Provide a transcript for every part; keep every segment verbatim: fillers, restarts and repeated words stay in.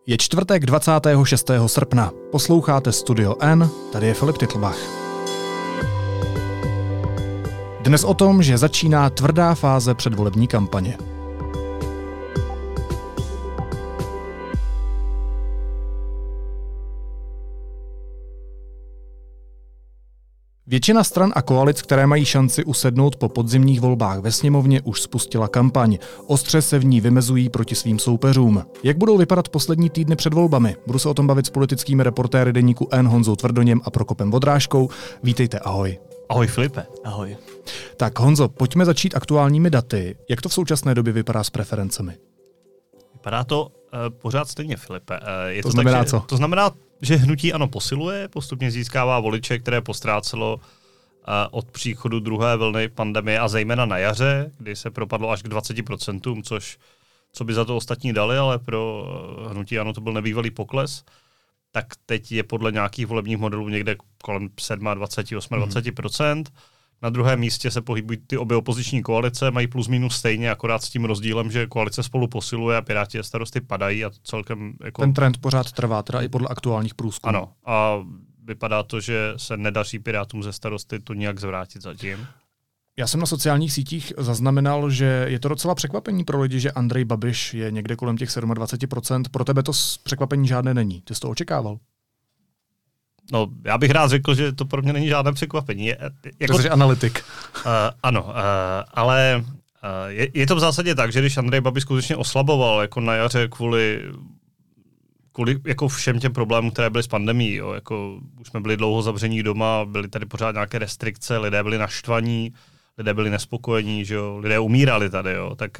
Je čtvrtek dvacátého šestého srpna. Posloucháte Studio N, tady je Filip Titlbach. Dnes o tom, že začíná tvrdá fáze předvolební kampaně. Většina stran a koalic, které mají šanci usednout po podzimních volbách ve sněmovně, už spustila kampaň. Ostře se v ní vymezují proti svým soupeřům. Jak budou vypadat poslední týdny před volbami? Budu se o tom bavit s politickými reportéry deníku N Honzou Tvrdoněm a Prokopem Vodrážkou. Vítejte, ahoj. Ahoj Filipe. Ahoj. Tak Honzo, pojďme začít aktuálními daty. Jak to v současné době vypadá s preferencemi? Vypadá to uh, pořád stejně, Filipe. Uh, je to, to znamená tak, co? Že, to znamená, že hnutí ANO posiluje, postupně získává voliče, které postrácelo uh, od příchodu druhé vlny pandemie a zejména na jaře, kdy se propadlo až k dvaceti procentům, což co by za to ostatní dali, ale pro uh, hnutí ANO to byl nebývalý pokles. Tak teď je podle nějakých volebních modelů někde kolem dvacet sedm, dvacet osm procent. Hmm. Na druhém místě se pohybují ty obě opoziční koalice, mají plus minus stejně, akorát s tím rozdílem, že koalice spolu posiluje a Piráti a Starosty padají a to celkem jako... Ten trend pořád trvá, teda i podle aktuálních průzkumů. Ano, a vypadá to, že se nedaří Pirátům ze Starosty to nějak zvrátit zatím. Já jsem na sociálních sítích zaznamenal, že je to docela překvapení pro lidi, že Andrej Babiš je někde kolem těch dvacet sedm procent. Pro tebe to překvapení žádné není. Ty jsi to očekával? No, já bych rád řekl, že to pro mě není žádné překvapení. Je, jako, to jsi analytik. Uh, ano, uh, ale uh, je, je to v zásadě tak, že když Andrej Babiš skutečně oslaboval jako na jaře kvůli, kvůli jako všem těm problémům, které byly s pandemií, jo, jako už jsme byli dlouho zavření doma, byly tady pořád nějaké restrikce, lidé byli naštvaní, lidé byli nespokojení, že jo, lidé umírali tady, jo, tak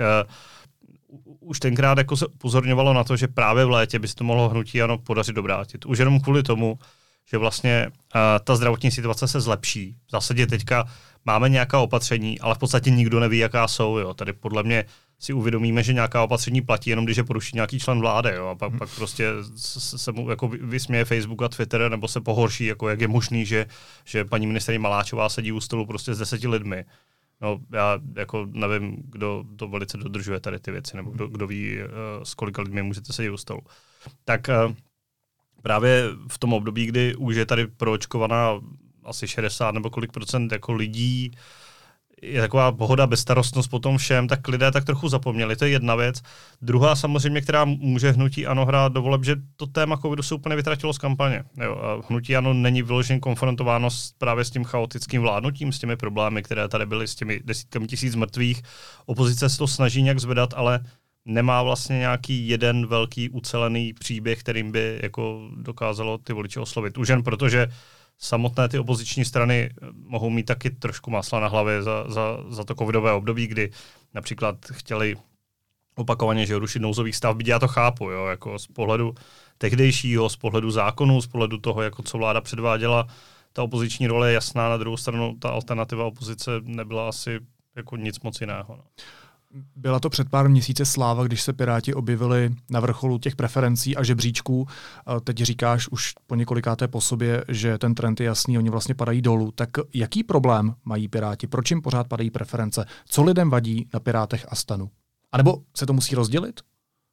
uh, už tenkrát jako se upozorňovalo na to, že právě v létě by se to mohlo hnutí ANO podařit dobrátit. Už jenom kvůli tomu, že vlastně uh, ta zdravotní situace se zlepší. V zásadě teďka máme nějaká opatření, ale v podstatě nikdo neví, jaká jsou. Jo. Tady podle mě si uvědomíme, že nějaká opatření platí, jenom když je poruší nějaký člen vlády. Jo. A pak, hmm. pak prostě se, se mu jako vysměje Facebook a Twitter, nebo se pohorší, jako jak je možný, že, že paní ministryně Maláčová sedí u stolu prostě s deseti lidmi. No, já jako nevím, kdo to velice dodržuje tady ty věci, nebo kdo, kdo ví, uh, s kolika lidmi můžete sedět u stolu. Tak uh, právě v tom období, kdy už je tady proočkovaná asi šedesát nebo kolik procent jako lidí, je taková pohoda, bezstarostnost po tom všem, tak lidé tak trochu zapomněli. To je jedna věc. Druhá samozřejmě, která může hnutí ANO hrát do voleb, že to téma covidu se úplně vytratilo z kampaně. Jo, a hnutí ANO není vyloženě konfrontováno s, právě s tím chaotickým vládnutím, s těmi problémy, které tady byly, s těmi desítkami tisíc mrtvých. Opozice se to snaží nějak zvedat, ale nemá vlastně nějaký jeden velký ucelený příběh, kterým by jako dokázalo ty voliče oslovit. Už jen protože samotné ty opoziční strany mohou mít taky trošku másla na hlavě za, za, za to covidové období, kdy například chtěli opakovaně, že rušit nouzový stav, byť já to chápu, jo, jako z pohledu tehdejšího, z pohledu zákonu, z pohledu toho, jako co vláda předváděla, ta opoziční role je jasná, na druhou stranu ta alternativa opozice nebyla asi jako nic moc jiného. No. Byla to před pár měsíce sláva, když se Piráti objevili na vrcholu těch preferencí a žebříčků. Teď říkáš už po několikáté po sobě, že ten trend je jasný, oni vlastně padají dolů. Tak jaký problém mají Piráti? Proč jim pořád padají preference? Co lidem vadí na Pirátech a Stanu? A nebo se to musí rozdělit?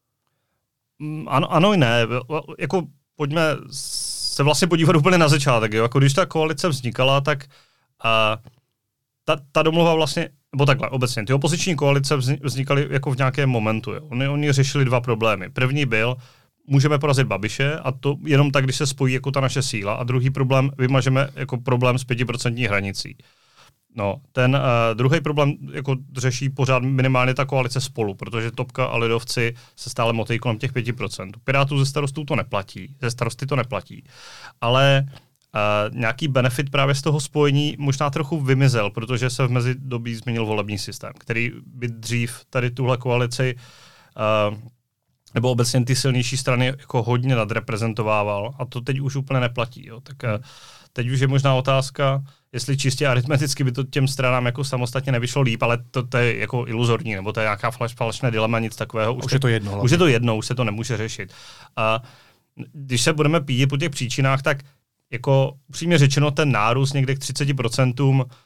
Ano, ano i ne. Jako pojďme se vlastně podívat úplně na začátek. Jo? Jako když ta koalice vznikala, tak a, ta, ta domluva vlastně Nebo takhle, obecně, ty opoziční koalice vznikaly jako v nějakém momentu. Jo. Oni, oni řešili dva problémy. První byl, můžeme porazit Babiše a to jenom tak, když se spojí jako ta naše síla. A druhý problém, vymažeme jako problém s pětiprocentní hranicí. No, ten uh, druhý problém jako řeší pořád minimálně ta koalice Spolu, protože Topka a lidovci se stále motají kolem těch pěti procent. Pirátů ze Starostů to neplatí, ze Starosty to neplatí. Ale Uh, nějaký benefit právě z toho spojení možná trochu vymizel, protože se v mezidobí změnil volební systém, který by dřív tady tuhle koalici uh, nebo obecně ty silnější strany jako hodně nadreprezentovával a to teď už úplně neplatí. Jo. Tak uh, teď už je možná otázka, jestli čistě aritmeticky by to těm stranám jako samostatně nevyšlo líp, ale to, to je jako iluzorní, nebo to je nějaká falešné dilema, nic takového. Už, už je to jedno. Hlavně. Už je to jedno, už se to nemůže řešit. A když se budeme pídit po těch příčinách, tak jako upřímně řečeno ten nárůst někde k třiceti procentům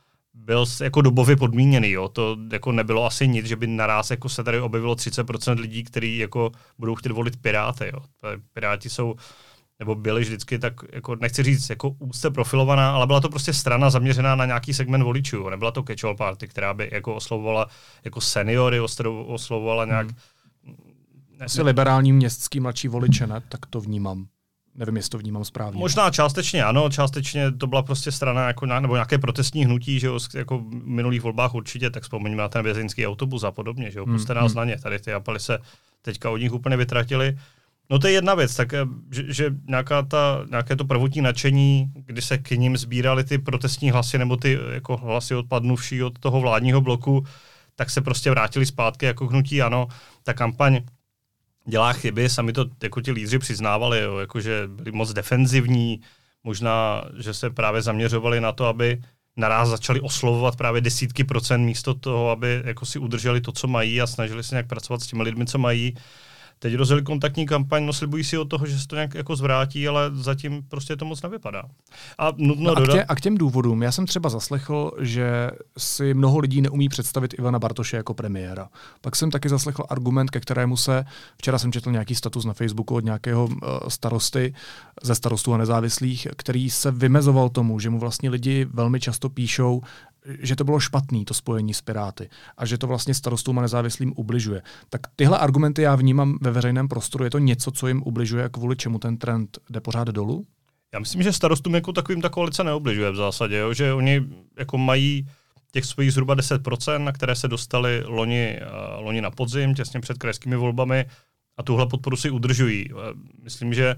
byl jako dobově podmíněný. Jo. To jako nebylo asi nic, že by naraz jako se tady objevilo třicet procent lidí, kteří jako budou chtět volit Piráty. Jo. Piráti jsou, nebo byli vždycky tak, jako nechci říct, jako úzce profilovaná, ale byla to prostě strana zaměřená na nějaký segment voličů. Jo. Nebyla to catch-all party, která by jako oslovovala jako seniory, oslovovala nějak... Hmm. Asi liberální městský mladší voliče, ne? Tak to vnímám. Nevím, jestli to vnímám správně. Možná částečně ano, částečně to byla prostě strana jako na, nebo nějaké protestní hnutí, že jo, jako v minulých volbách určitě, tak vzpomeňme na ten vězeňský autobus a podobně, že jo, hmm. puste nás hmm. na ně, tady ty apaly se teďka od nich úplně vytratili. No to je jedna věc, tak že, že nějaká ta, nějaké to prvotní nadšení, kdy se k ním sbíraly ty protestní hlasy nebo ty jako hlasy odpadnuvší od toho vládního bloku, tak se prostě vrátili zpátky jako hnutí ano, ta kampaň dělá chyby, sami to jako ti lídři přiznávali, jo, jakože byli moc defenzivní, možná, že se právě zaměřovali na to, aby naraz začali oslovovat právě desítky procent místo toho, aby jako si udrželi to, co mají a snažili se nějak pracovat s těmi lidmi, co mají. Teď rozjeli kontaktní kampaň, no slibují si od toho, že se to nějak jako zvrátí, ale zatím prostě to moc nevypadá. A nutno no dodat... a, k tě, a k těm důvodům, já jsem třeba zaslechl, že si mnoho lidí neumí představit Ivana Bartoše jako premiéra. Pak jsem taky zaslechl argument, ke kterému se, včera jsem četl nějaký status na Facebooku od nějakého uh, starosty, ze starostů a nezávislých, který se vymezoval tomu, že mu vlastně lidi velmi často píšou, že to bylo špatný, to spojení s Piráty, a že to vlastně starostům a nezávislým ubližuje. Tak tyhle argumenty já vnímám ve veřejném prostoru. Je to něco, co jim ubližuje, kvůli čemu ten trend jde pořád dolů? Já myslím, že starostům jako takovým ta koalice neubližuje v zásadě, jo? Že oni jako mají těch svých zhruba deset procent, na které se dostali loni, uh, loni na podzim, těsně před krajskými volbami, a tuhle podporu si udržují. Uh, myslím, že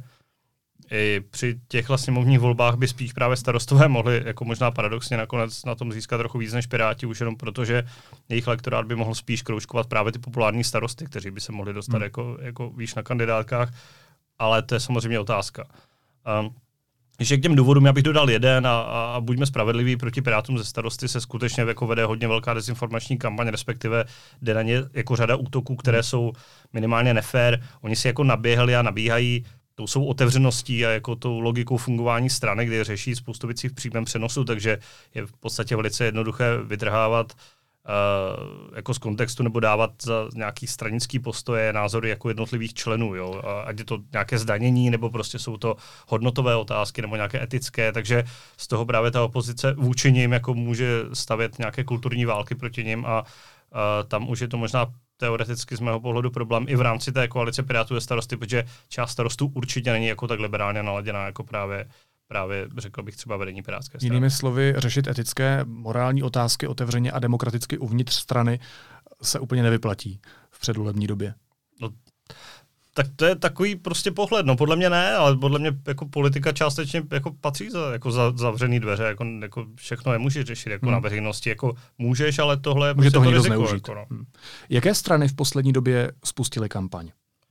i při těchhle sněmovních volbách by spíš právě starostové mohli jako možná paradoxně nakonec na tom získat trochu víc než Piráti, už jenom protože jejich elektorát by mohl spíš kroužkovat právě ty populární starosty, kteří by se mohli dostat hmm. jako, jako výš na kandidátkách, ale to je samozřejmě otázka. Um, Ještě k těm důvodům já bych dodal jeden a, a, a buďme spravedliví, proti Pirátům ze starosty se skutečně jako vede hodně velká dezinformační kampaň, respektive jde na ně jako řada útoků, které jsou minimálně nefér. Oni si jako naběhali a nabíhají tou svou otevřeností a jako tou logikou fungování strany, kde řeší spoustu věcí v přímém přenosu, takže je v podstatě velice jednoduché vytrhávat uh, jako z kontextu nebo dávat za nějaký stranický postoje, názory jako jednotlivých členů, jo? A ať je to nějaké zdanění, nebo prostě jsou to hodnotové otázky, nebo nějaké etické, takže z toho právě ta opozice vůči nim jako může stavět nějaké kulturní války proti nim a uh, tam už je to možná teoreticky z mého pohledu problém i v rámci té koalice Pirátů a starosty, protože část starostů určitě není jako tak liberálně naladěná jako právě, právě řekl bych třeba vedení pirátské strany. Jinými slovy, řešit etické, morální otázky otevřeně a demokraticky uvnitř strany se úplně nevyplatí v předvolební době. No, tak to je takový prostě pohled, no podle mě ne, ale podle mě jako politika částečně jako patří za jako za, zavřený dveře, jako, jako všechno nemůžeš řešit jako hmm. na veřejnosti, jako můžeš, ale tohle je může prostě toho to riziko. Jako, no. hmm. Jaké strany v poslední době spustily kampaň?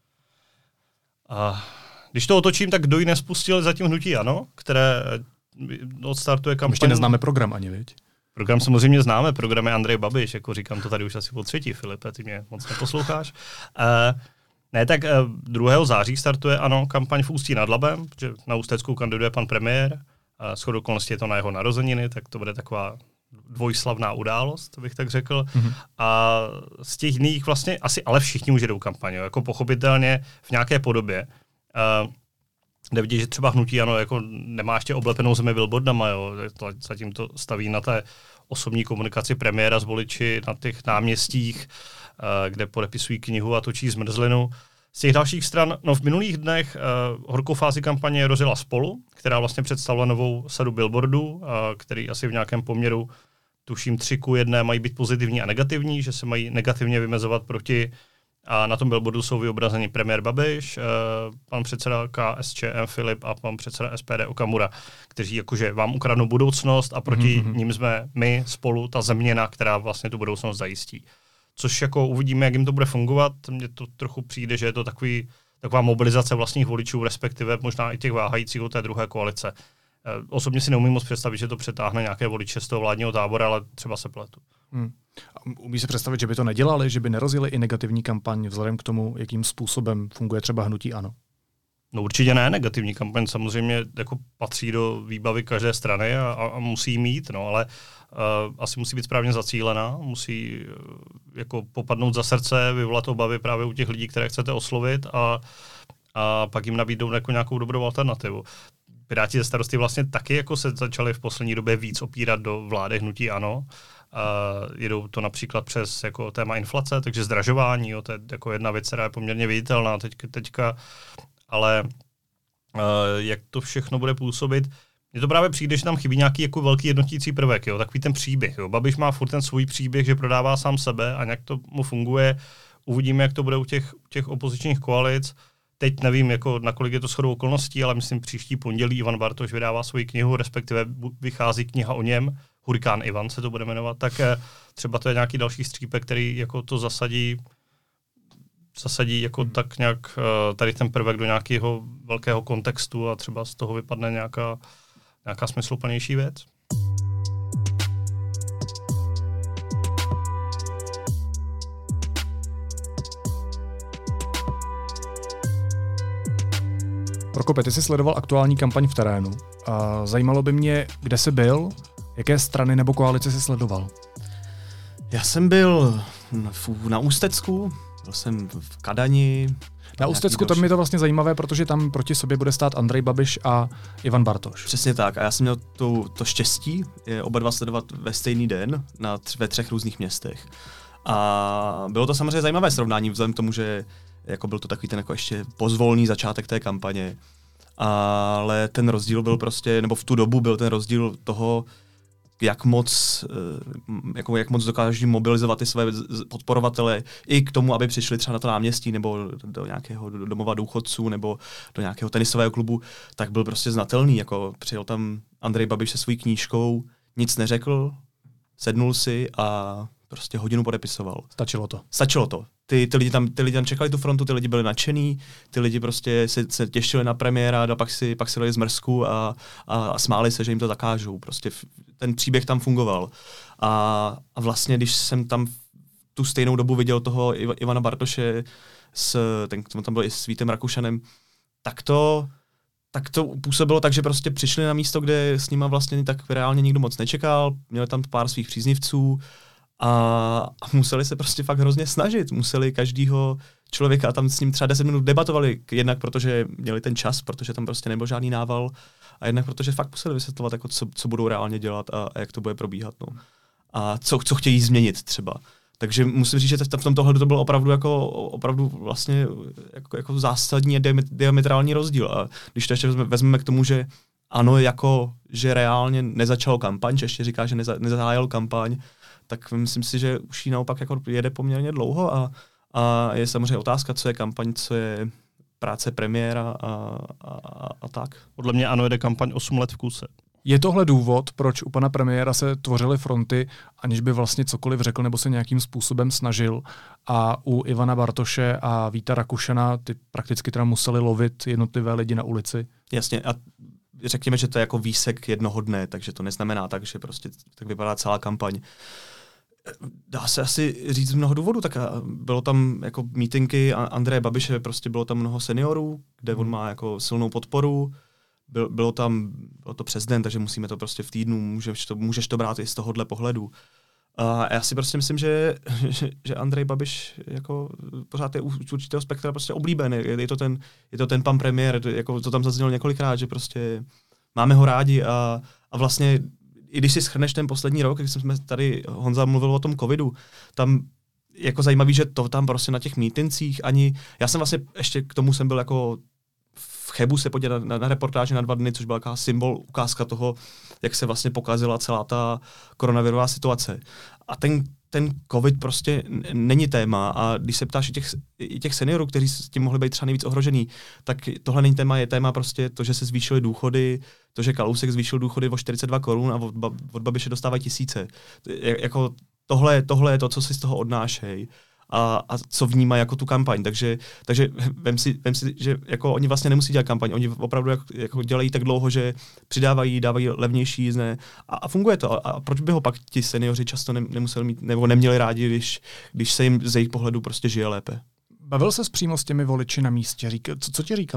A když to otočím, tak kdo ji nespustil zatím hnutí ANO, které odstartuje kampaň. Ještě neznáme program ani, viď? Program samozřejmě známe, program je Andrej Babiš, jako říkám to tady už asi po třetí, Filipe, ty mě moc neposloucháš. Uh, Ne, tak druhého září startuje ANO kampaň v Ústí nad Labem, protože na Ústeckou kandiduje pan premiér. Shodou okolností je to na jeho narozeniny, tak to bude taková dvojslavná událost, bych tak řekl. Mm-hmm. A z těch jiných vlastně asi ale všichni už jedou kampaň, jako pochopitelně v nějaké podobě. Jde vidět, že třeba hnutí ANO jako nemá ještě oblepenou zemi billboardama, jo. Zatím to staví na té osobní komunikaci premiéra s voliči na těch náměstích, kde podepisují knihu a točí zmrzlinu. Z těch dalších stran, no v minulých dnech uh, horkou fázi kampaně rozjela Spolu, která vlastně představila novou sadu billboardů, uh, který asi v nějakém poměru, tuším tři ku jedné, mají být pozitivní a negativní, že se mají negativně vymezovat proti, a na tom billboardu jsou vyobrazeni premiér Babiš, uh, pan předseda K S Č M Filip a pan předseda S P D Okamura, kteří jakože vám ukradnou budoucnost a proti mm-hmm. ním jsme my Spolu, ta změna, která vlastně tu budoucnost zajistí. Což jako uvidíme, jak jim to bude fungovat. Mně to trochu přijde, že je to takový, taková mobilizace vlastních voličů, respektive možná i těch váhajících od té druhé koalice. E, osobně si neumím moc představit, že to přetáhne nějaké voliče z toho vládního tábora, ale třeba se pletu. Hmm. Umí se představit, že by to nedělali, že by nerozjeli i negativní kampaň vzhledem k tomu, jakým způsobem funguje třeba hnutí ANO? No určitě ne, negativní kampaň samozřejmě jako patří do výbavy každé strany a, a musí mít, no, ale uh, asi musí být správně zacílená, musí uh, jako popadnout za srdce, vyvolat obavy právě u těch lidí, které chcete oslovit a, a pak jim nabídnout jako nějakou dobrou alternativu. Piráti ze Starosty vlastně taky jako se začali v poslední době víc opírat do vlády hnutí ANO. Uh, jedou to například přes jako téma inflace, takže zdražování, jo, to je jako jedna věc, která je poměrně viditelná teď, teďka, ale uh, jak to všechno bude působit, mně to právě přijde, že tam chybí nějaký jako velký jednotící prvek, jo, takový ten příběh. Jo. Babiš má furt ten svůj příběh, že prodává sám sebe a nějak to mu funguje. Uvidíme, jak to bude u těch, u těch opozičních koalic. Teď nevím, jako, nakolik je to shodou okolností, ale myslím, příští pondělí Ivan Bartoš vydává svoji knihu, respektive vychází kniha o něm, Hurikán Ivan se to bude jmenovat, tak třeba to je nějaký další střípek, který jako to zasadí, zasadí jako tak nějak tady ten prvek do nějakého velkého kontextu a třeba z toho vypadne nějaká, nějaká smysluplnější věc. Prokope, ty jsi sledoval aktuální kampaň v terénu. A zajímalo by mě, kde jsi byl, jaké strany nebo koalice jsi sledoval? Já jsem byl na Ústecku, byl jsem v Kadani. Na Ústecku to mi to vlastně zajímavé, protože tam proti sobě bude stát Andrej Babiš a Ivan Bartoš. Přesně tak. A já jsem měl to, to štěstí je oba dva sledovat ve stejný den na tř- ve třech různých městech. A bylo to samozřejmě zajímavé srovnání, vzhledem k tomu, že jako byl to takový ten jako ještě pozvolný začátek té kampaně. Ale ten rozdíl byl prostě, nebo v tu dobu byl ten rozdíl toho, jak moc, jako jak moc dokáží mobilizovat ty své podporovatele i k tomu, aby přišli třeba na to náměstí nebo do nějakého domova důchodců nebo do nějakého tenisového klubu, tak byl prostě znatelný. Jako přijel tam Andrej Babiš se svojí knížkou, nic neřekl, sednul si a prostě hodinu podepisoval. Stačilo to. Stačilo to. Ty, ty, lidi tam, ty lidi tam čekali tu frontu, ty lidi byli nadšený, ty lidi prostě se, se těšili na premiéra, a pak si, pak si dali zmrzku a, a, a smáli se, že jim to zakážou. Prostě ten příběh tam fungoval. A, a vlastně, když jsem tam tu stejnou dobu viděl toho Iv, Ivana Bartoše, s, ten, tam byl i s Vítem Rakušanem, tak to, tak to působilo tak, že prostě přišli na místo, kde s nima vlastně tak reálně nikdo moc nečekal, měli tam pár svých příznivců, A, a museli se prostě fakt hrozně snažit. Museli každýho člověka a tam s ním třeba deset minut debatovali, jednak protože měli ten čas, protože tam prostě nebyl žádný nával a jednak protože fakt museli vysvětlovat, jako co, co budou reálně dělat a, a jak to bude probíhat. No. A co, co chtějí změnit třeba. Takže musím říct, že v tomto hledu to bylo opravdu jako opravdu vlastně jako, jako zásadní diametrální rozdíl. A když to ještě vezmeme k tomu, že ano, jako že reálně nezačalo kampaň, že ještě říká, že neza, nezahájil kampaň, tak myslím si, že už ji naopak jako jede poměrně dlouho a, a je samozřejmě otázka, co je kampaň, co je práce premiéra a, a, a tak. Podle mě ano, jede kampaň osm let v kuse. Je tohle důvod, proč u pana premiéra se tvořily fronty, aniž by vlastně cokoliv řekl nebo se nějakým způsobem snažil, a u Ivana Bartoše a Víta Rakušana ty prakticky teda museli lovit jednotlivé lidi na ulici? Jasně, a řekněme, že to je jako výsek jednoho dne, takže to neznamená tak, že prostě tak vypadá celá kampaň. Dá se asi říct z mnoho důvodů, tak bylo tam jako mítinky Andreje Babiše, prostě bylo tam mnoho seniorů, kde on má jako silnou podporu, Byl, bylo tam, bylo to přes den, takže musíme to prostě v týdnu, můžeš to, můžeš to brát i z tohohle pohledu. A já si prostě myslím, že, že, že Andrej Babiš jako pořád je u určitého spektra prostě oblíbený. Je, je, to ten, je to ten pan premiér, to, jako to tam zaznělo několikrát, že prostě máme ho rádi a, a vlastně i když si shrneš ten poslední rok, když jsme tady, Honza mluvil o tom covidu, tam jako zajímavý, že to tam prostě na těch mítincích ani, já jsem vlastně ještě k tomu jsem byl jako v Chebu se podívat na, na reportáži na dva dny, což byla taková symbol, ukázka toho, jak se vlastně pokazila celá ta koronavirová situace. A ten, ten covid prostě n- není téma a když se ptáš i těch, i těch seniorů, kteří s tím mohli být třeba nejvíc ohrožený, tak tohle není téma, je téma prostě to, že se zvýšily důchody, to, že Kalousek zvýšil důchody o čtyřicet dva korun a od, od Babiše dostávají tisíce. J- jako tohle, tohle je to, co si z toho odnášejí. A, a co vnímají jako tu kampaň. Takže, takže vem, si, vem si, že jako oni vlastně nemusí dělat kampaň. Oni opravdu jako, jako dělají tak dlouho, že přidávají, dávají levnější jízdné a, a funguje to. A, a proč by ho pak ti seniori často ne, nemuseli mít, nebo neměli rádi, když, když se jim z jejich pohledu prostě žije lépe? Bavil ses přímo s těmi voliči na místě? Řík, co, co ti říkali?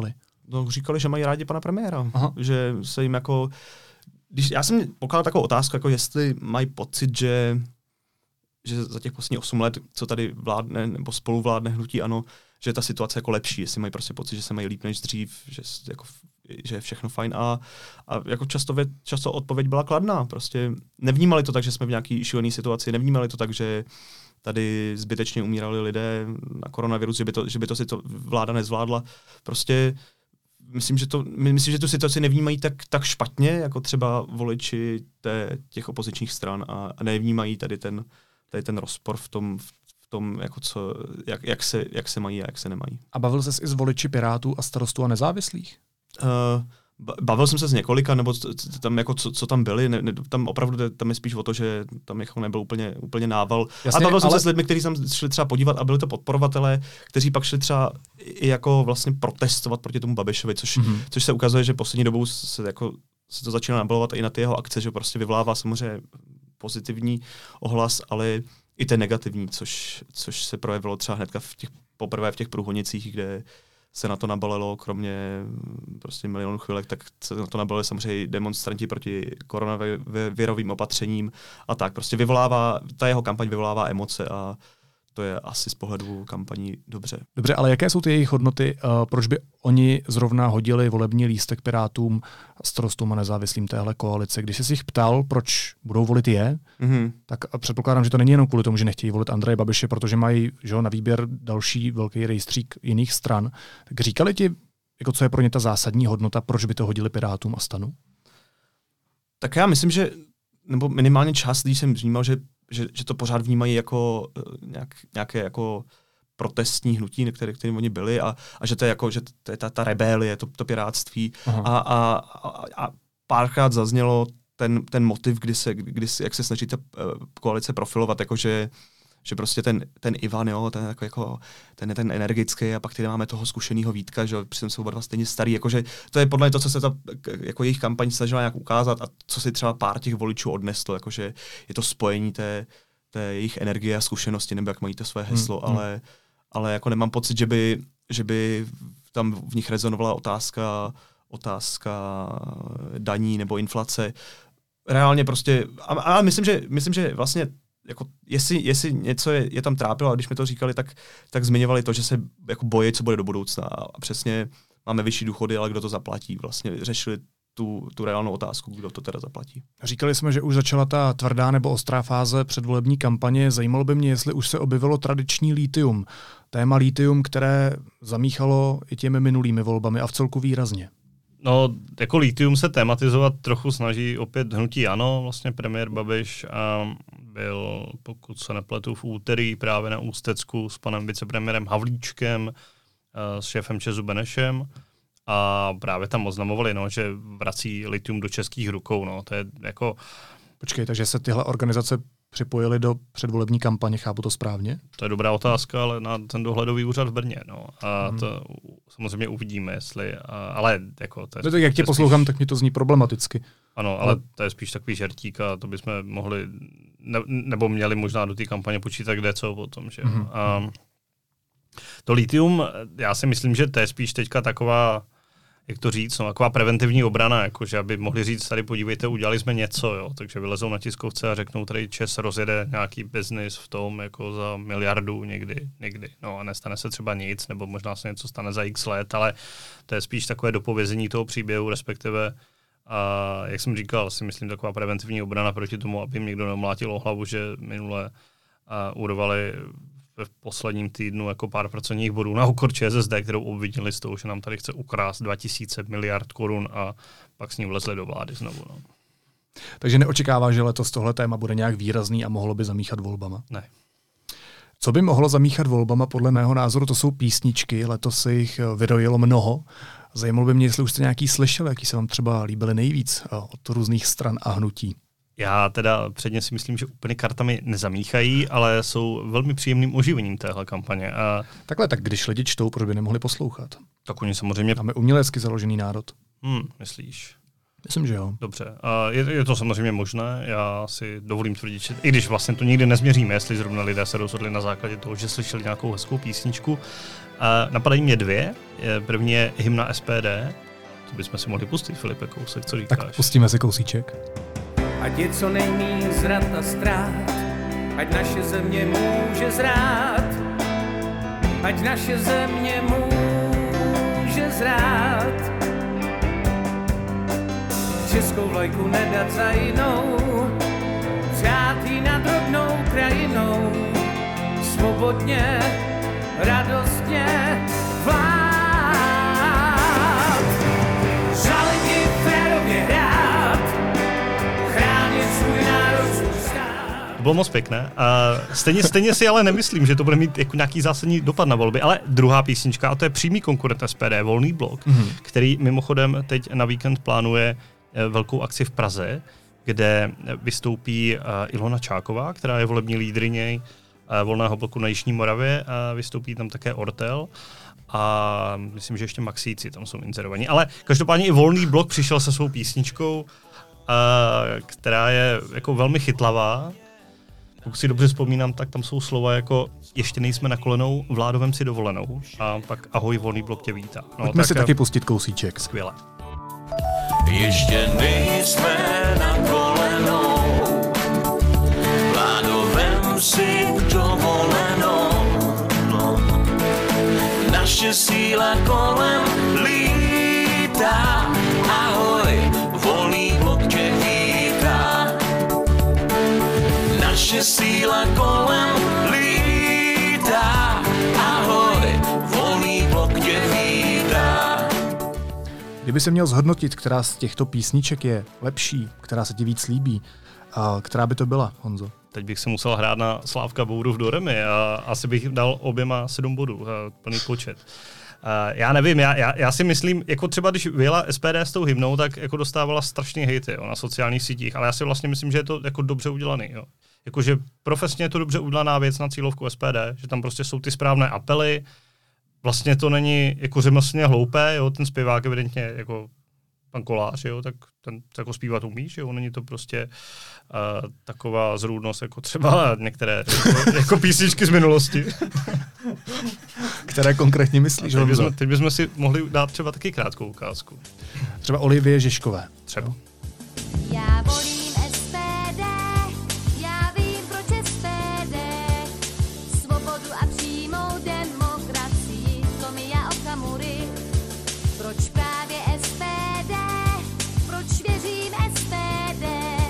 No, říkali, že mají rádi pana premiéra. Aha. Že se jim jako... Když, já jsem pokládal takovou otázku, jako jestli mají pocit, že, že za těch posledních osm let, co tady vládne, nebo spoluvládne hnutí ANO, že je ta situace jako lepší, jestli mají prostě pocit, že se mají líp než dřív, že, jako, že je všechno fajn. A, a jako často, vě, často odpověď byla kladná. Prostě nevnímali to tak, že jsme v nějaký šílený situaci, nevnímali to tak, že tady zbytečně umírali lidé na koronavirus, že by to, že by to si to vláda nezvládla. Prostě myslím, že to, myslím, že tu situaci nevnímají tak, tak špatně, jako třeba voliči té, těch opozičních stran a, a nevnímají tady ten, tady ten rozpor v tom, v tom jako co, jak, jak, se, jak se mají a jak se nemají. A bavil ses i s voliči Pirátů a Starostů a nezávislých? Uh, Bavil jsem se s několika, nebo tam jako co, co tam byli, ne, ne, tam opravdu tam je spíš o to, že tam jako nebyl úplně, úplně nával. Jasně, a bavil jsem ale... se s lidmi, kteří tam šli třeba podívat a byli to podporovatelé, kteří pak šli třeba i jako vlastně protestovat proti tomu Babišovi, což, mm-hmm. což se ukazuje, že poslední dobou se, jako, se to začíná nabalovat i na ty jeho akce, že prostě vyvolává samozřejmě pozitivní ohlas, ale i ten negativní, což, což se projevilo třeba hnedka v těch, poprvé v těch průhonicích, kde se na to nabalilo, kromě prostě milionů chvilek, tak se na to nabalili samozřejmě demonstranti proti koronavirovým opatřením a tak. Prostě vyvolává, ta jeho kampaň vyvolává emoce a to je asi z pohledu kampaní dobře. Dobře, ale jaké jsou ty jejich hodnoty? Uh, proč by oni zrovna hodili volební lístek Pirátům, Starostům a nezávislým téhle koalice? Když jsi si jich ptal, proč budou volit je, mm-hmm. tak předpokládám, že to není jenom kvůli tomu, že nechtějí volit Andreje Babiše, protože mají že, na výběr další velký rejstřík jiných stran. Tak říkali ti, jako co je pro ně ta zásadní hodnota, proč by to hodili Pirátům a STANu? Tak já myslím, že, nebo minimálně část, když jsem vnímal, že Že, že to pořád vnímají jako nějak, nějaké jako protestní hnutí, které, kterým oni byli a, a že to je jako, že to je ta, ta rebélie, to, to pirátství. A, a, a, a párkrát zaznělo ten, ten motiv, kdy se, kdy, jak se snaží ta koalice profilovat, jakože že prostě ten, ten Ivan, jo, ten, jako, jako, ten je ten energický a pak tady máme toho zkušenýho Vítka, že přitom jsou oba dva stejně starý, jakože to je podle to, co se ta jako jejich kampaň snažila nějak ukázat a co si třeba pár těch voličů odneslo, jakože je to spojení té, té jejich energie a zkušenosti, nebo jak mají to své heslo, hmm, ale, hmm. ale jako nemám pocit, že by, že by tam v nich rezonovala otázka, otázka daní nebo inflace. Reálně prostě, a, a myslím, že, myslím, že vlastně jako jestli, jestli něco je, je tam trápilo, a když mi to říkali, tak, tak zmiňovali to, že se jako bojí, co bude do budoucna. A přesně máme vyšší důchody, ale kdo to zaplatí. Vlastně řešili tu, tu reálnou otázku, kdo to teda zaplatí. Říkali jsme, že už začala ta tvrdá nebo ostrá fáze předvolební kampaně. Zajímalo by mě, jestli už se objevilo tradiční lítium. Téma lítium, které zamíchalo i těmi minulými volbami a vcelku výrazně. No, jako lítium se tematizovat trochu snaží opět hnutí ANO, vlastně premiér Babiš a byl, pokud se nepletu, v úterý právě na Ústecku s panem vicepremiérem Havlíčkem, s šéfem ČEZu Benešem a právě tam oznamovali, no, že vrací litium do českých rukou. No. To je jako... Počkej, takže se tyhle organizace připojili do předvolební kampaně, chápu to správně? To je dobrá otázka, ale na ten dohledový úřad v Brně. No. A hmm. to samozřejmě uvidíme, jestli... A, ale jako... To je, no, tak jak tě poslouchám, spíš, tak mi to zní problematicky. Ano, ale to je spíš takový žertík a to bychom mohli... Ne, nebo měli možná do té kampaně počítat kde co o tom, že... Hmm. A to litium, já si myslím, že to je spíš teďka taková... jak to říct, no, taková preventivní obrana, jakože aby mohli říct, tady podívejte, udělali jsme něco, jo, takže vylezou na tiskovce a řeknou, tady ČEZ rozjede nějaký biznis v tom, jako za miliardu někdy, někdy, no a nestane se třeba nic, nebo možná se něco stane za x let, ale to je spíš takové dopovězení toho příběhu, respektive, a jak jsem říkal, si myslím, taková preventivní obrana proti tomu, aby jim někdo nemlátil o hlavu, že minule uh, urvali v posledním týdnu jako pár procentních bodů na úkor ČSSD, kterou obvinili z toho, že nám tady chce ukrást dva tisíce miliard korun a pak s ním vlezli do vlády znovu. No. Takže neočekává, že letos tohle téma bude nějak výrazný a mohlo by zamíchat volbama? Ne. Co by mohlo zamíchat volbama, podle mého názoru, to jsou písničky, letos se jich vyrojilo mnoho. Zajímalo by mě, jestli už jste nějaký slyšeli, jaký se vám třeba líbily nejvíc od různých stran a hnutí. Já teda předně si myslím, že úplně kartami nezamíchají, ale jsou velmi příjemným oživením téhle kampaně. A takhle, tak když lidi čtou, proč by nemohli poslouchat? Tak oni samozřejmě... Máme umělecky založený národ. Hmm, myslíš? Myslím, že jo. Dobře. A je, je to samozřejmě možné. Já si dovolím tvrdit, že i když vlastně to nikdy nezměříme, jestli zrovna lidé se rozhodli na základě toho, že slyšeli nějakou hezkou písničku. A napadají mě dvě. První je hymna S P D. To bychom si mohli pustit, Filipe, kousek, co říkáš? Tak pustíme si kousíček. Ať je co nejmíň zrat a ztrát, ať naše země může zrát, ať naše země může zrát. Českou vlajku nedat za jinou, přát jí nad rodnou krajinou, svobodně, radostně vlád. Žaliti férově hrát, chránit svůj národ, svůj stát. Bylo moc pěkné. A stejně, stejně si ale nemyslím, že to bude mít jako nějaký zásadní dopad na volby, ale druhá písnička, a to je přímý konkurent S P D, Volný blok, mm-hmm. který mimochodem teď na víkend plánuje velkou akci v Praze, kde vystoupí Ilona Čáková, která je volební lídryně Volného bloku na Jižní Moravě, a vystoupí tam také Ortel a myslím, že ještě Maxíci tam jsou inzerovaní. Ale každopádně i Volný blok přišel se svou písničkou, která je jako velmi chytlavá. Pokud si dobře vzpomínám, tak tam jsou slova jako ještě nejsme na kolenou, vládo vem si dovolenou a pak ahoj, Volný blok tě vítá. No, pojďme si taky pustit kousíček. Skvěle. Ještě nejsme na kolenou, vládo vem si dovolenou, no. Naše síla kolem lítá, ahoj, Volný blok tě vítá. Naše síla kolem lítá, ahoj, Volný blok tě vítá. Kdyby se měl zhodnotit, která z těchto písniček je lepší, která se ti víc líbí, a která by to byla, Honzo? Teď bych se musel hrát na Slávka Bourův do Remy a asi bych dal oběma sedm bodů, plný počet. Já nevím, já, já, já si myslím, jako třeba když vyjela S P D s tou hymnou, tak jako dostávala strašný hejty jo, na sociálních sítích, ale já si vlastně myslím, že je to jako dobře udělaný. Jo. Jakože profesně je to dobře udělaná věc na cílovku S P D, že tam prostě jsou ty správné apely, vlastně to není jako řemeslně hloupé, jo, ten zpěvák evidentně jako pan Kolář, jo, tak ten jako zpívat umíš, jo, není to prostě uh, taková zrůdnost jako třeba některé jako, jako písničky z minulosti. Které konkrétně myslíš, teď bychom, teď bychom si mohli dát třeba taky krátkou ukázku. Třeba Olivie Žižkové. Třeba. Já volím S P D, já vím, proč S P D, svobodu a přímou demokracii, Tomia Okamury. Proč právě S P D, proč věřím S P D,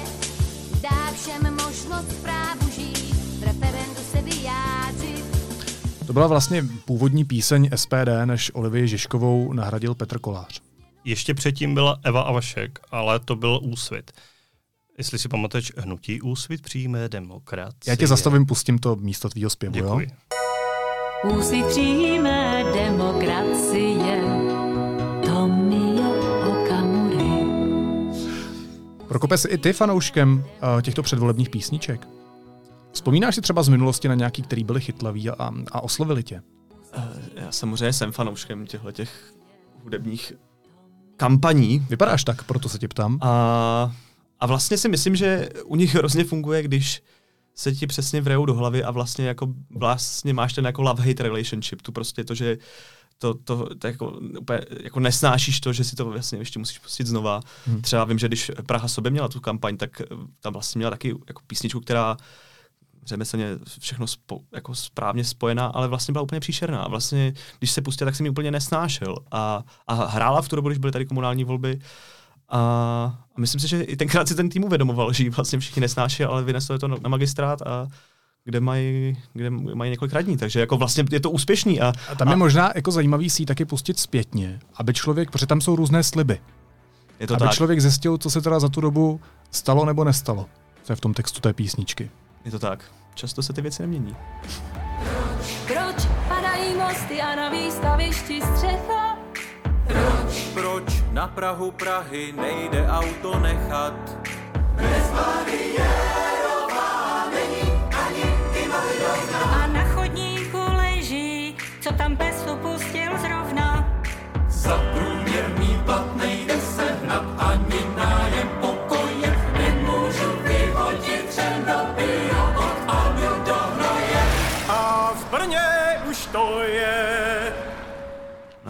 dá všem možnost právu žít, v referendu se vyjádřit. To byla vlastně původní píseň S P D, než Olivii Žižkovou nahradil Petr Kolář. Ještě předtím byla Eva a Vašek, ale to byl Úsvit. Jestli si pamatuješ, hnutí Úsvit přímé demokracie. Já tě zastavím, pustím to místo tvýho zpěvu. Děkuji. Jo? Úsvit přímé demokracie, Tomio Okamury. Prokope si i ty fanouškem uh, těchto předvolebních písniček? Vzpomínáš si třeba z minulosti na nějaký, který byli chytlaví a, a oslovili tě? Já samozřejmě jsem fanouškem těchto těch hudebních kampaní. Vypadáš tak, proto se tě ptám. A, a vlastně si myslím, že u nich hrozně funguje, když se ti přesně vrejou do hlavy a vlastně jako vlastně máš ten jako love-hate relationship. Tu prostě to, že to, to, to jako, úplně, jako nesnášíš to, že si to vlastně ještě musíš pustit znova. Hmm. Třeba vím, že když Praha sobě měla tu kampaň, tak tam vlastně měla taky jako písničku, která řemeslně všechno spo, jako správně spojená, ale vlastně byla úplně příšerná. A vlastně, když se pustila, tak jsem ji úplně nesnášel. A, a hrála v tu dobu, když byly tady komunální volby. A, a myslím si, že i tenkrát si ten tým uvědomoval, že ji vlastně všichni nesnášeli, ale vynesli to na magistrát, a kde mají, kde mají několik radní. Takže jako vlastně je to úspěšný. A, a tam je a, možná jako zajímavý si ji taky pustit zpětně, aby člověk, protože tam jsou různé sliby. Je to aby tak. člověk zjistil, co se teda za tu dobu stalo nebo nestalo. To je v tom textu té písničky. Je to tak. Často se ty věci nemění. Proč padají mosty a na výstavišti střecha? Proč, proč na Prahu Prahy nejde auto nechat? Bezbariérová není ani invalidovna. A na chodníku leží, co tam pes upustil zrovna. Za průměrný plat nejde sehnat ani na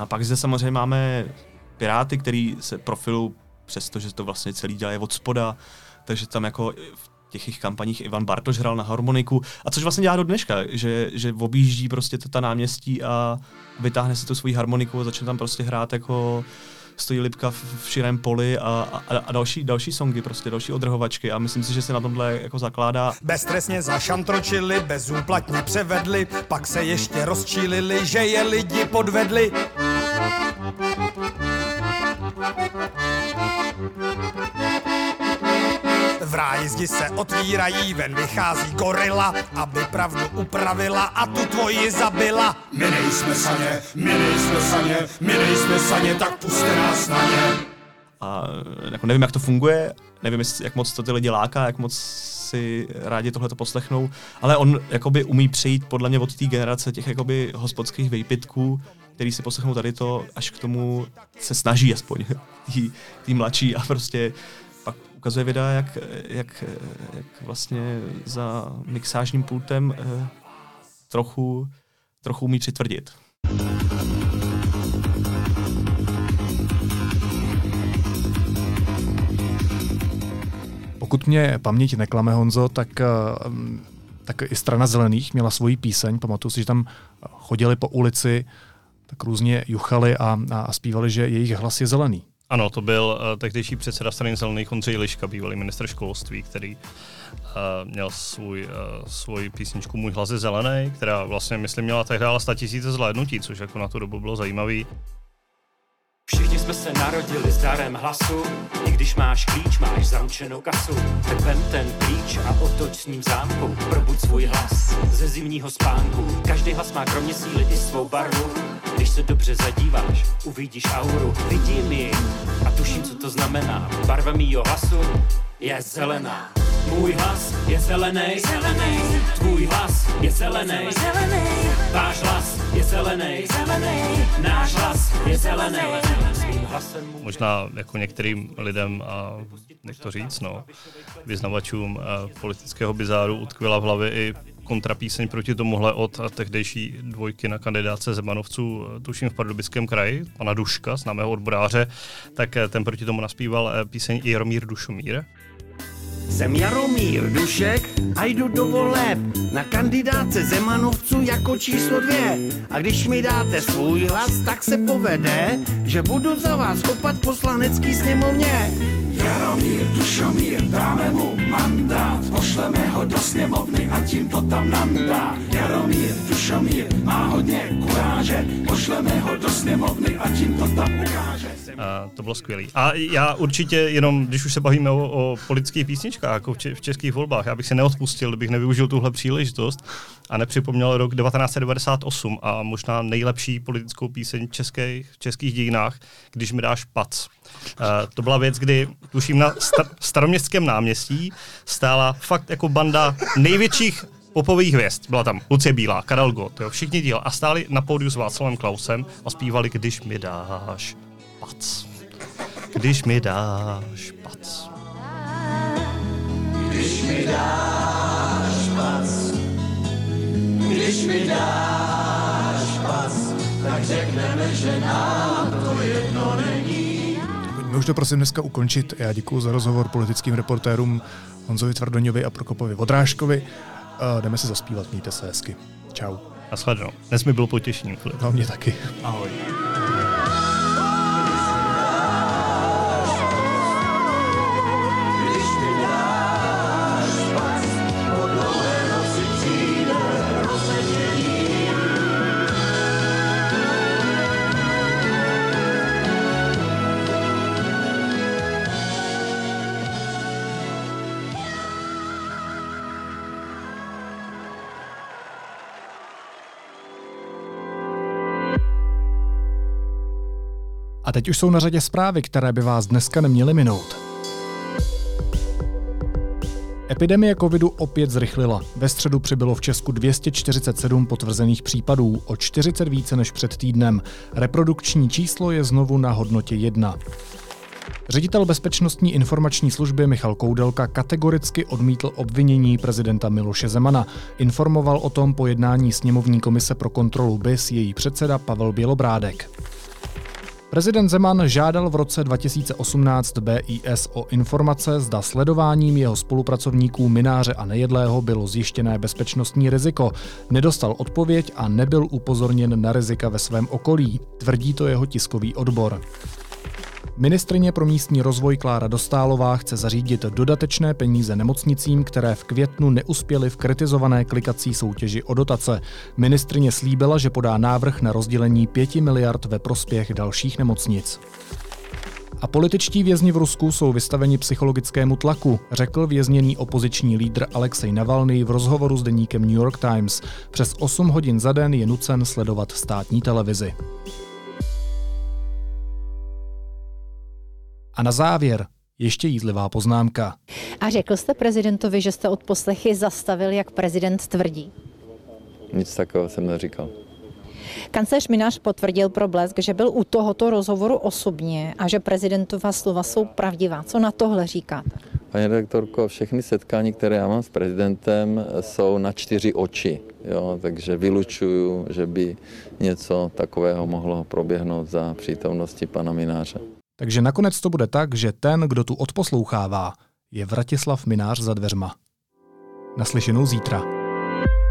A pak zde samozřejmě máme Piráty, který se profilují přestože to vlastně celý dělají od spoda, takže tam jako v těch jejich kampaních Ivan Bartoš hrál na harmoniku, a což vlastně dělá do dneška, že, že objíždí prostě ta náměstí a vytáhne si tu svoji harmoniku a začne tam prostě hrát jako Stojí Lipka v, v širém poli a, a, a další, další songy, prostě další odrhovačky, a myslím si, že se na tomhle jako zakládá. Beztrestně zašantročili, bezúplatně převedli, pak se ještě rozčílili, že je lidi podvedli. V ráji zdi se otvírají, ven vychází gorila, aby pravdu upravila a tu tvoji zabila. My nejsme saně, my nejsme saně, my nejsme saně, tak puste nás na ně. A jako nevím, jak to funguje, nevím, jak moc to ty lidi láká, jak moc si rádi tohleto poslechnou, ale on jakoby umí přejít podle mě od té generace těch jakoby hospodských vejpitků, který si poslechnou tady to, až k tomu se snaží aspoň tý, tý mladší, a prostě pak ukazuje videa, jak, jak, jak vlastně za mixážním pultem eh, trochu, trochu umí přitvrdit. Pokud mě paměť neklame, Honzo, tak, tak i Strana zelených měla svoji píseň. Pamatuju si, že tam chodili po ulici, tak různě juchali a, a zpívali, že jejich hlas je zelený. Ano, to byl uh, tehdejší předseda Strany zelených Ondřej Liška, bývalý ministr školství, který uh, měl svůj, uh, svůj písničku Můj hlas je zelený, která vlastně, myslím, měla tehdy ale sta tisíce zhlédnutí, což jako na tu dobu bylo zajímavý. Všichni jsme se narodili s dárem hlasu, i když máš klíč, máš zaručenou kasu. Tak vem ten klíč a otoč s ním zámku, probuď svůj hlas ze zimního spánku. Každý hlas má kromě síly i svou barvu, když se dobře zadíváš, uvidíš auru. Vidím ji a tuším, co to znamená, barva mýho hlasu je zelená. Můj hlas je zelený, zelený. Tvůj hlas je zelený, zelený. Váš hlas je zelený, zelený. Náš hlas je zelený. Možná jako některým lidem, a jak to říct, no, vyznavačům politického bizáru utkvěla v hlavě i kontrapíseň proti tomuhle od tehdejší dvojky na kandidáce Zemanovců, tuším v Pardubickém kraji, pana Duška, známého odboráře, tak ten proti tomu naspíval píseň Jaromír Dušomír. Jsem Jaromír Dušek a jdu do voleb na kandidáce Zemanovců jako číslo dvě. A když mi dáte svůj hlas, tak se povede, že budu za vás kopat poslanecký sněmovně. Jaromír Dušomír, dáme mu mandát, pošleme ho do sněmovny a tím to tam nandá. Jaromír Dušomír má hodně kuráže, pošleme ho do sněmovny a tím to tam ukáže. A to bylo skvělý. A já určitě jenom, když už se bavíme o, o politických písničkách, jako v, če- v českých volbách, já bych se neodpustil, kdybych nevyužil tuhle příležitost a nepřipomněl rok devatenáct set devadesát osm a možná nejlepší politickou píseň českých, v českých dějinách, Když mi dáš pac. Uh, to byla věc, kdy tuším na star- staroměstském náměstí stála fakt jako banda největších popových hvězd. Byla tam Lucie Bílá, Karel Gott, jo, všichni díl a stáli na pódiu s Václavem Klausem a zpívali Když mi dáš pac. Když mi dáš pac. Když mi dáš pac, když mi dáš pac, tak řekneme, že nám to jedno není. Pojďme už to prosím dneska ukončit. Já děkuji za rozhovor politickým reportérům Honzovi Tvrdoňovi a Prokopovi Vodrážkovi. Jdeme se zaspívat, mějte se hezky. Čau. Nashledanou. Dnes mi bylo potěšením, Filip. No, mě taky. Ahoj. A teď už jsou na řadě zprávy, které by vás dneska neměly minout. Epidemie covidu opět zrychlila. Ve středu přibylo v Česku dvě stě čtyřicet sedm potvrzených případů, o čtyřicet více než před týdnem. Reprodukční číslo je znovu na hodnotě jedna. Ředitel Bezpečnostní informační služby Michal Koudelka kategoricky odmítl obvinění prezidenta Miloše Zemana. Informoval o tom po jednání sněmovní komise pro kontrolu B I S její předseda Pavel Bělobrádek. Prezident Zeman žádal v roce dva tisíce osmnáct B I S o informace, zda sledováním jeho spolupracovníků Mynáře a Nejedlého bylo zjištěné bezpečnostní riziko. Nedostal odpověď a nebyl upozorněn na rizika ve svém okolí, tvrdí to jeho tiskový odbor. Ministryně pro místní rozvoj Klára Dostálová chce zařídit dodatečné peníze nemocnicím, které v květnu neuspěly v kritizované klikací soutěži o dotace. Ministryně slíbila, že podá návrh na rozdělení pěti miliard ve prospěch dalších nemocnic. A političtí vězni v Rusku jsou vystaveni psychologickému tlaku, řekl vězněný opoziční lídr Alexej Navalnyj v rozhovoru s deníkem New York Times. Přes osm hodin za den je nucen sledovat státní televizi. A na závěr ještě jízlivá poznámka. A řekl jste prezidentovi, že jste odposlechy zastavil, jak prezident tvrdí? Nic takového jsem neříkal. Kancléř Mynář potvrdil pro Blesk, že byl u tohoto rozhovoru osobně a že prezidentova slova jsou pravdivá. Co na tohle říkáte? Paní redaktorko, všechny setkání, které já mám s prezidentem, jsou na čtyři oči. Jo? Takže vylučuju, že by něco takového mohlo proběhnout za přítomnosti pana Mynáře. Takže nakonec to bude tak, že ten, kdo tu odposlouchává, je Vratislav Mynář za dveřma. Naslyšenou zítra.